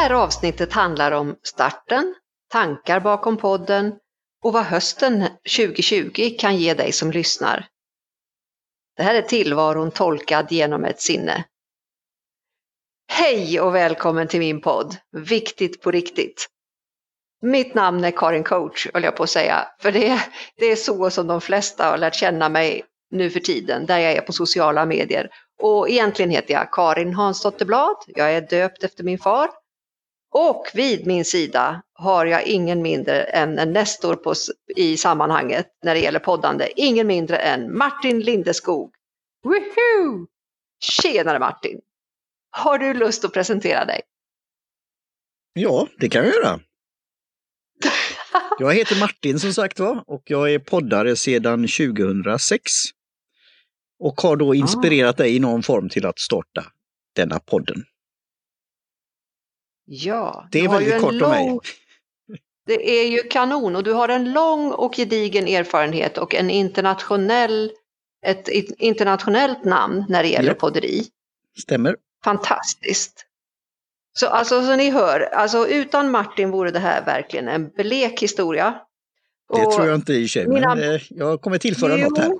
här avsnittet handlar om starten, tankar bakom podden och vad hösten 2020 kan ge dig som lyssnar. Det här är tillvaron tolkad genom ett sinne. Hej och välkommen till min podd, Viktigt på riktigt. Mitt namn är Karin Coach, höll jag på att säga, för det är så som de flesta har lärt känna mig nu för tiden, där jag är på sociala medier. Och egentligen heter jag Karin Hansdotterblad, jag är döpt efter min far. Och vid min sida har jag ingen mindre än en nestor i sammanhanget när det gäller poddande. Ingen mindre än Martin Lindeskog. Woohoo! Tjenare Martin! Har du lust att presentera dig? Ja, det kan jag göra. Jag heter Martin som sagt var och jag är poddare sedan 2006. Och har då inspirerat dig i någon form till att starta denna podden. Ja, det är väldigt kort om mig. Det är ju kanon och du har en lång och gedigen erfarenhet och ett internationellt namn när det gäller podderi. Stämmer. Fantastiskt. Så ni hör, utan Martin vore det här verkligen en blek historia. Det tror jag inte i sig, men jag kommer tillföra något här.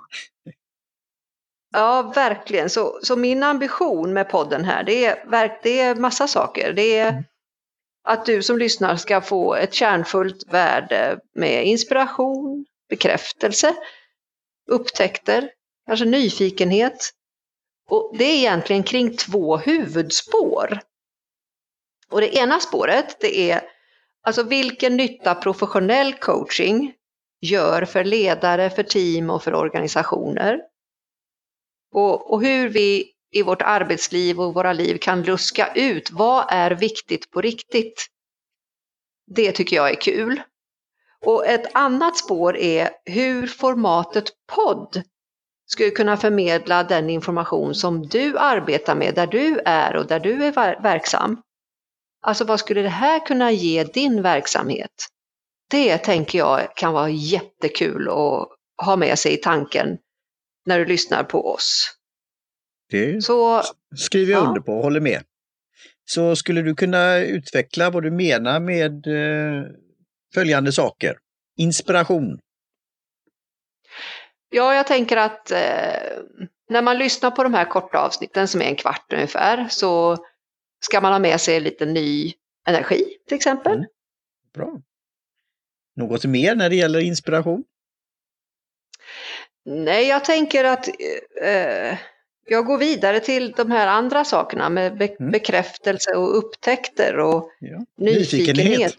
Ja, verkligen. Så min ambition med podden här, det är massa saker. Det är att du som lyssnar ska få ett kärnfullt värde med inspiration, bekräftelse, upptäckter, kanske nyfikenhet. Och det är egentligen kring 2 huvudspår. Och det ena spåret, det är alltså vilken nytta professionell coaching gör för ledare, för team och för organisationer. Och hur vi i vårt arbetsliv och våra liv kan luska ut vad är viktigt på riktigt. Det tycker jag är kul. Och ett annat spår är hur formatet podd skulle kunna förmedla den information som du arbetar med där du är och där du är verksam. Alltså vad skulle det här kunna ge din verksamhet? Det tänker jag kan vara jättekul att ha med sig i tanken när du lyssnar på oss. Det skriver jag under på och håller med. Så skulle du kunna utveckla vad du menar med följande saker? Inspiration. Ja, jag tänker att när man lyssnar på de här korta avsnitten som är en kvart ungefär så ska man ha med sig lite ny energi till exempel. Bra. Något mer när det gäller inspiration? Nej, jag tänker att jag går vidare till de här andra sakerna med bekräftelse och upptäckter och nyfikenhet.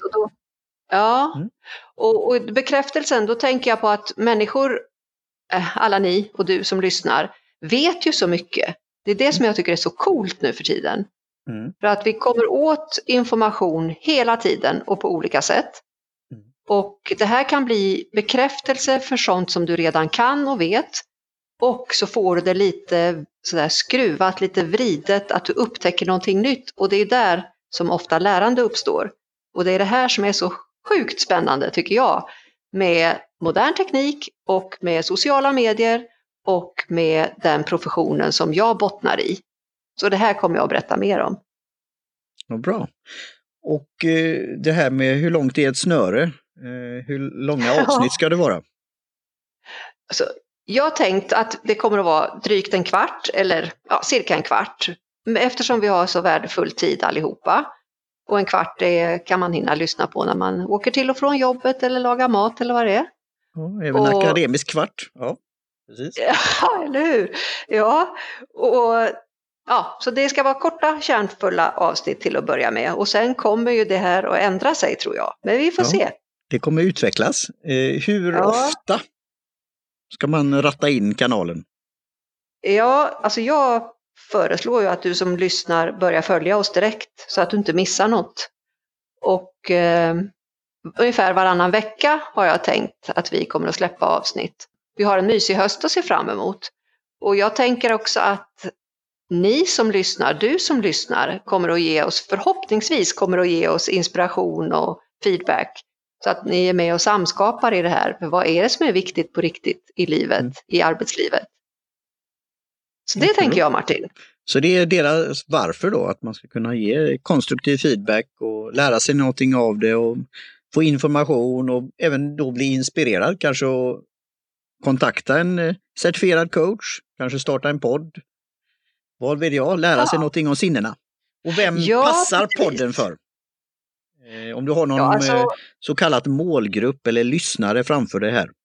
Och bekräftelsen, då tänker jag på att människor, alla ni och du som lyssnar, vet ju så mycket. Det är det som jag tycker är så coolt nu för tiden. För att vi kommer åt information hela tiden och på olika sätt. Och det här kan bli bekräftelse för sånt som du redan kan och vet. Och så får du det lite sådär skruvat, lite vridet, att du upptäcker någonting nytt. Och det är där som ofta lärande uppstår. Och det är det här som är så sjukt spännande tycker jag. Med modern teknik och med sociala medier och med den professionen som jag bottnar i. Så det här kommer jag att berätta mer om. Ja, bra. Och det här med hur långt är ett snöre? Hur långa avsnitt ska det vara? Alltså, jag har tänkt att det kommer att vara drygt en kvart eller cirka en kvart. Eftersom vi har så värdefull tid allihopa. Och en kvart kan man hinna lyssna på när man åker till och från jobbet eller lagar mat eller vad det är. Ja, även akademisk kvart. Ja, precis. Ja, eller hur? Ja, så det ska vara korta, kärnfulla avsnitt till att börja med. Och sen kommer ju det här att ändra sig tror jag. Men vi får se. Det kommer utvecklas. Hur ofta ska man ratta in kanalen? Ja, alltså jag föreslår ju att du som lyssnar börjar följa oss direkt så att du inte missar något. Och ungefär varannan vecka har jag tänkt att vi kommer att släppa avsnitt. Vi har en mysig höst att se fram emot. Och jag tänker också att ni som lyssnar, du som lyssnar, förhoppningsvis kommer att ge oss inspiration och feedback. Så att ni är med och samskapar i det här. För vad är det som är viktigt på riktigt i livet, i arbetslivet? Så det tänker jag, Martin. Så det är deras varför då, att man ska kunna ge konstruktiv feedback och lära sig någonting av det och få information och även då bli inspirerad kanske och kontakta en certifierad coach, kanske starta en podd. Vad vill jag? Lära sig någonting om sinnena. Och vem passar podden för? Om du har någon så kallat målgrupp eller lyssnare framför det här.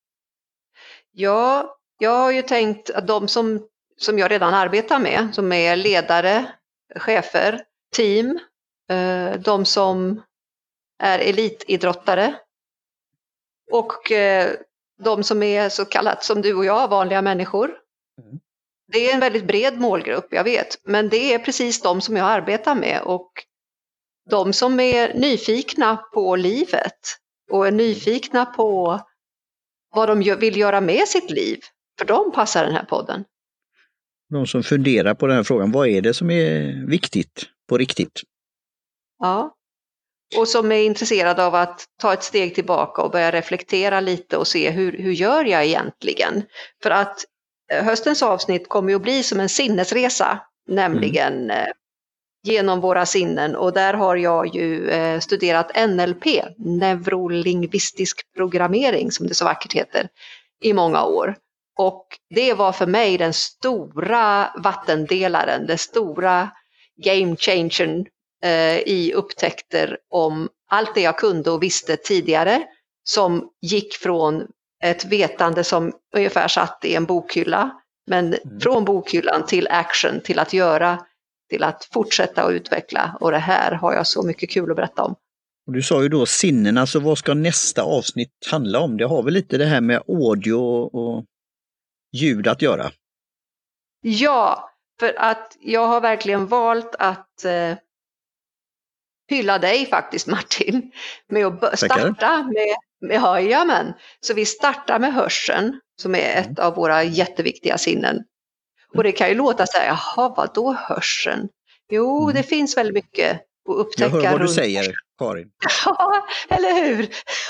Ja, jag har ju tänkt att de som jag redan arbetar med, som är ledare, chefer, team, de som är elitidrottare och de som är så kallat som du och jag, vanliga människor. Mm. Det är en väldigt bred målgrupp, jag vet, men det är precis de som jag arbetar med och de som är nyfikna på livet och är nyfikna på vad de vill göra med sitt liv. För dem passar den här podden. De som funderar på den här frågan, vad är det som är viktigt på riktigt? Ja, och som är intresserade av att ta ett steg tillbaka och börja reflektera lite och se hur gör jag egentligen? För att höstens avsnitt kommer ju att bli som en sinnesresa, nämligen genom våra sinnen. Och där har jag ju studerat NLP, neurolingvistisk programmering som det så vackert heter, i många år. Och det var för mig den stora vattendelaren, den stora game changern i upptäckter om allt det jag kunde och visste tidigare, som gick från ett vetande som ungefär satt i en bokhylla, men från bokhyllan till action, till att göra, till att fortsätta och utveckla. Och det här har jag så mycket kul att berätta om. Och du sa ju då sinnena, så vad ska nästa avsnitt handla om? Det har väl lite det här med audio och ljud att göra? Ja, för att jag har verkligen valt att hylla dig faktiskt, Martin, med att starta med så vi startar med hörseln som är ett av våra jätteviktiga sinnen. Och det kan ju låta så här, jaha, vad då hörseln? Jo, det finns väldigt mycket att upptäcka. Jag hör vad du säger, Karin. Ja, eller hur?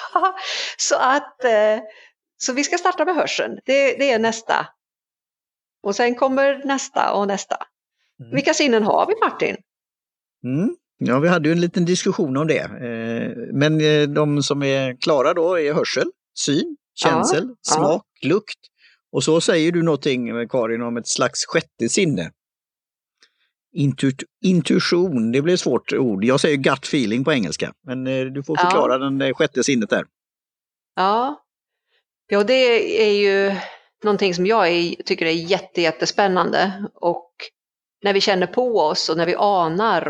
Så vi ska starta med hörseln. Det är nästa. Och sen kommer nästa och nästa. Vilka sinnen har vi, Martin? Ja, vi hade ju en liten diskussion om det. Men de som är klara då är hörsel, syn, känsel, smak, lukt. Och så säger du någonting, Karin, om ett slags sjätte sinne. Intuition, det blir ett svårt ord. Jag säger gut feeling på engelska. Men du får förklara den sjätte sinnet där. Ja, det är ju någonting som jag tycker är jättespännande. Och när vi känner på oss och när vi anar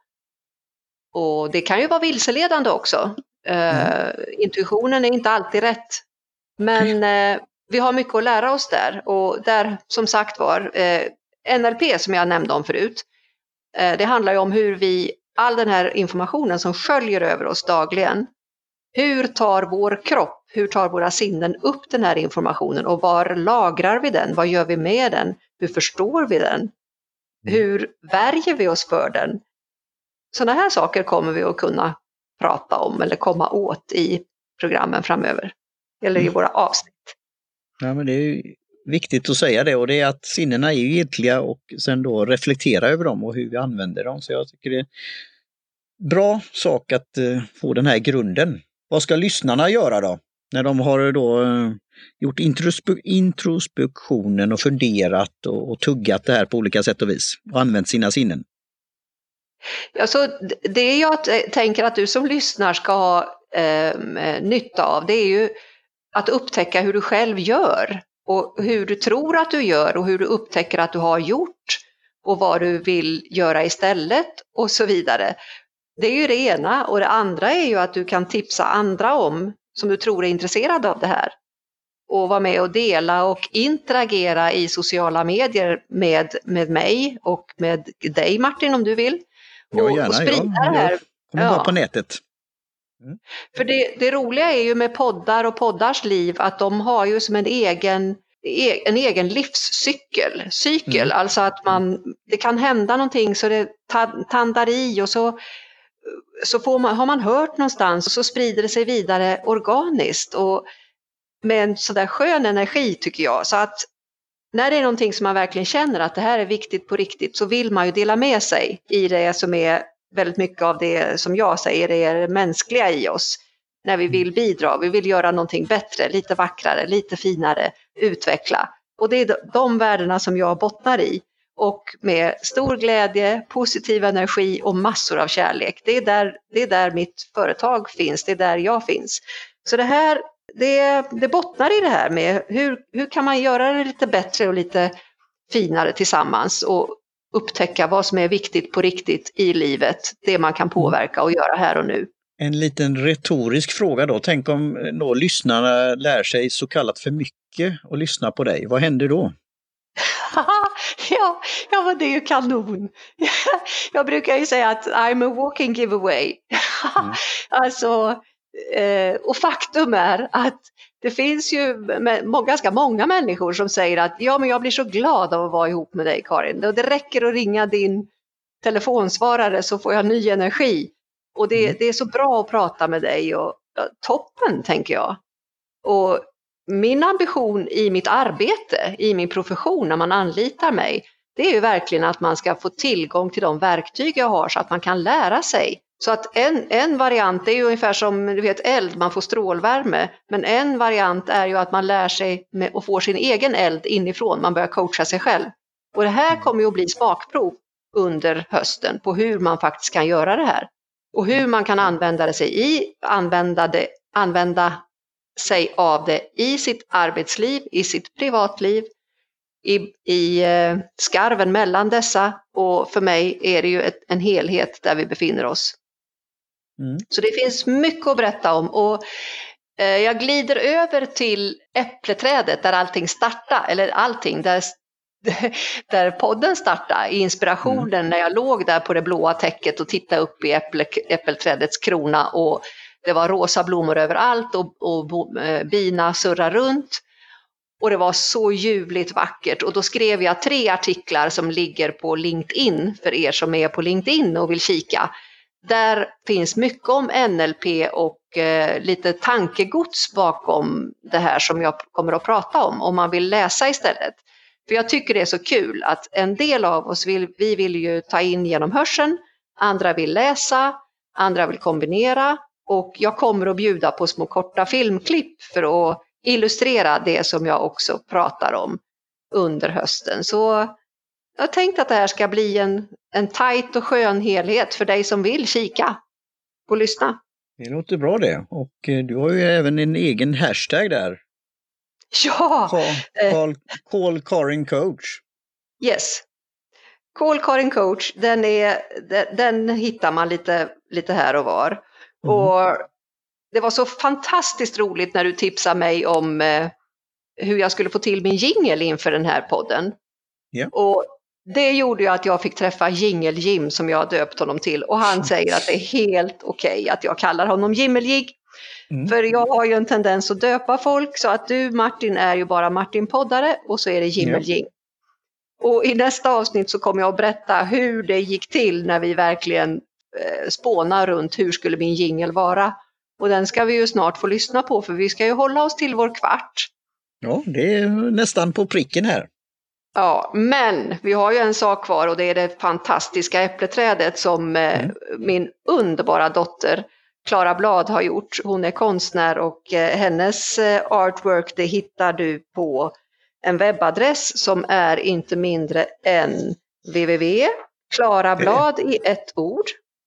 och det kan ju vara vilseledande också. Intuitionen är inte alltid rätt. Men vi har mycket att lära oss där. Och där, som sagt var, NLP som jag nämnde om förut. Det handlar ju om hur all den här informationen som sköljer över oss dagligen. Hur tar vår kropp, hur tar våra sinnen upp den här informationen? Och var lagrar vi den? Vad gör vi med den? Hur förstår vi den? Hur värjer vi oss för den? Sådana här saker kommer vi att kunna prata om eller komma åt i programmen framöver. Eller i våra avsnitt. Ja, men det är ju viktigt att säga det, och det är att sinnena är ju giltiga och sen då reflektera över dem och hur vi använder dem. Så jag tycker det är en bra sak att få den här grunden. Vad ska lyssnarna göra då? När de har då gjort introspektionen och funderat och tuggat det här på olika sätt och vis och använt sina sinnen. Alltså, det jag tänker att du som lyssnar ska ha nytta av, det är ju att upptäcka hur du själv gör och hur du tror att du gör och hur du upptäcker att du har gjort och vad du vill göra istället och så vidare. Det är ju det ena, och det andra är ju att du kan tipsa andra om som du tror är intresserade av det här och vara med och dela och interagera i sociala medier med mig och med dig, Martin, om du vill. Ja, gärna. Och sprida det här. Kommer vara på nätet. För det roliga är ju med poddar och poddars liv att de har ju som en egen livscykel. Alltså att det kan hända någonting så det tandar i och så har man hört någonstans och så sprider det sig vidare organiskt och med en sådär skön energi, tycker jag. Så att när det är någonting som man verkligen känner att det här är viktigt på riktigt, så vill man ju dela med sig i det som är väldigt mycket av det som jag säger är det mänskliga i oss. När vi vill bidra, vi vill göra någonting bättre, lite vackrare, lite finare, utveckla. Och det är de värdena som jag bottnar i. Och med stor glädje, positiv energi och massor av kärlek. Det är där mitt företag finns, det är där jag finns. Så det här, det bottnar i det här med hur kan man göra det lite bättre och lite finare tillsammans och upptäcka vad som är viktigt på riktigt i livet, det man kan påverka och göra här och nu. En liten retorisk fråga då. Tänk om lyssnarna lär sig så kallat för mycket och lyssna på dig. Vad händer då? Ja, men det är ju kanon. Jag brukar ju säga att I'm a walking giveaway. Alltså, och faktum är att det finns ju ganska många människor som säger att ja, men jag blir så glad av att vara ihop med dig, Karin. Det räcker att ringa din telefonsvarare så får jag ny energi. Och det är så bra att prata med dig och toppen, tänker jag. Och min ambition i mitt arbete, i min profession när man anlitar mig, det är ju verkligen att man ska få tillgång till de verktyg jag har så att man kan lära sig. Så att en variant är ju ungefär som du vet, eld, man får strålvärme. Men en variant är ju att man lär sig och får sin egen eld inifrån, man börjar coacha sig själv. Och det här kommer ju att bli smakprov under hösten på hur man faktiskt kan göra det här. Och hur man kan använda sig av det i sitt arbetsliv, i sitt privatliv, i skarven mellan dessa. Och för mig är det ju en helhet där vi befinner oss. Så det finns mycket att berätta om. Och jag glider över till äppleträdet där allting startar, eller allting där podden startade, i inspirationen när jag låg där på det blåa täcket och tittade upp i äppelträdets krona och det var rosa blommor överallt och bina surrar runt och det var så ljuvligt vackert. Och då skrev jag 3 artiklar som ligger på LinkedIn för er som är på LinkedIn och vill kika. Där finns mycket om NLP och lite tankegods bakom det här som jag kommer att prata om man vill läsa istället. För jag tycker det är så kul att en del av oss vill ju ta in genom hörseln, andra vill läsa, andra vill kombinera och jag kommer att bjuda på små korta filmklipp för att illustrera det som jag också pratar om under hösten. Så jag har tänkt att det här ska bli en tajt och skön helhet för dig som vill kika och lyssna. Det låter bra det. Och du har ju även en egen hashtag där. Ja! Call Karin Coach. Yes. Call Karin Coach, den hittar man lite här och var. Och det var så fantastiskt roligt när du tipsade mig om hur jag skulle få till min jingle inför den här podden. Yeah. Och det gjorde ju att jag fick träffa Jingle Jim som jag döpt honom till. Och han säger att det är helt okej att jag kallar honom Jimmeljig. För jag har ju en tendens att döpa folk så att du Martin är ju bara Martin Poddare och så är det Jimmeljig. Och i nästa avsnitt så kommer jag att berätta hur det gick till när vi verkligen spånar runt hur skulle min jingle vara. Och den ska vi ju snart få lyssna på för vi ska ju hålla oss till vår kvart. Ja, det är nästan på pricken här. Ja, men vi har ju en sak kvar och det är det fantastiska äppleträdet som min underbara dotter Klara Blad har gjort. Hon är konstnär och hennes artwork det hittar du på en webbadress som är inte mindre än www.klarablad i ett ord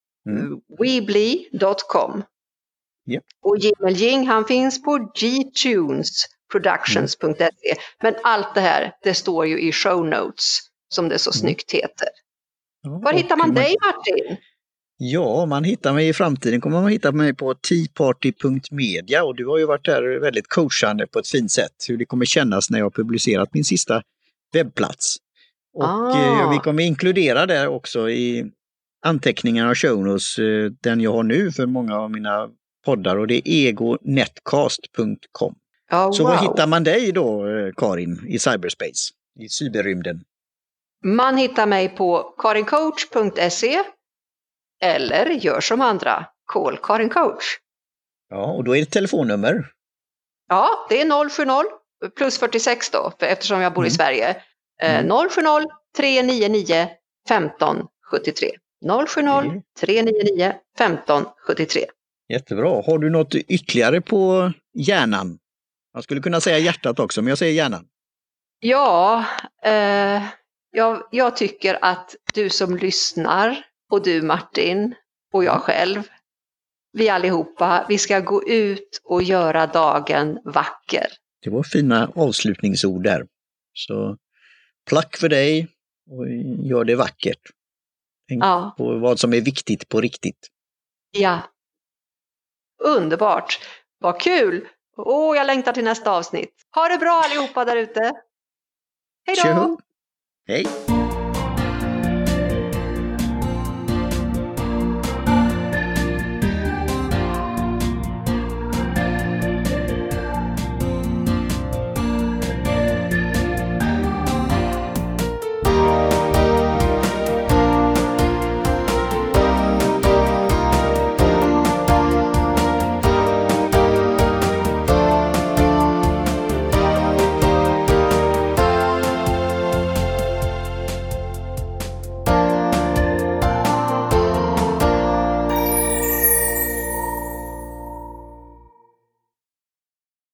weebly.com. Yep. Och Jimmeljing han finns på gtunesproductions.se. Men allt det här det står ju i show notes som det så snyggt heter. Var hittar man dig Martin? Ja, man hittar mig i framtiden kommer man hitta mig på teaparty.media och du har ju varit där väldigt coachande på ett fint sätt. Hur det kommer kännas när jag har publicerat min sista webbplats. Och vi kommer inkludera där också i anteckningarna och show notes den jag har nu för många av mina poddar och det är egonetcast.com. Så var hittar man dig då Karin i cyberspace, i cyberrymden? Man hittar mig på karincoach.se eller gör som andra, call Karin Coach. Ja, och då är det telefonnummer. Ja, det är plus 46 då, eftersom jag bor i Sverige. 070-399 1573. 070-399 1573. Jättebra. Har du något ytterligare på hjärnan? Man skulle kunna säga hjärtat också, men jag säger hjärnan. Ja, jag tycker att du som lyssnar och du Martin och jag själv, vi allihopa, vi ska gå ut och göra dagen vacker. Det var fina avslutningsord där. Så plack för dig och gör det vackert. Tänk på vad som är viktigt på riktigt. Ja. Underbart. Vad kul. Jag längtar till nästa avsnitt. Ha det bra allihopa där ute. Hej då! Hej!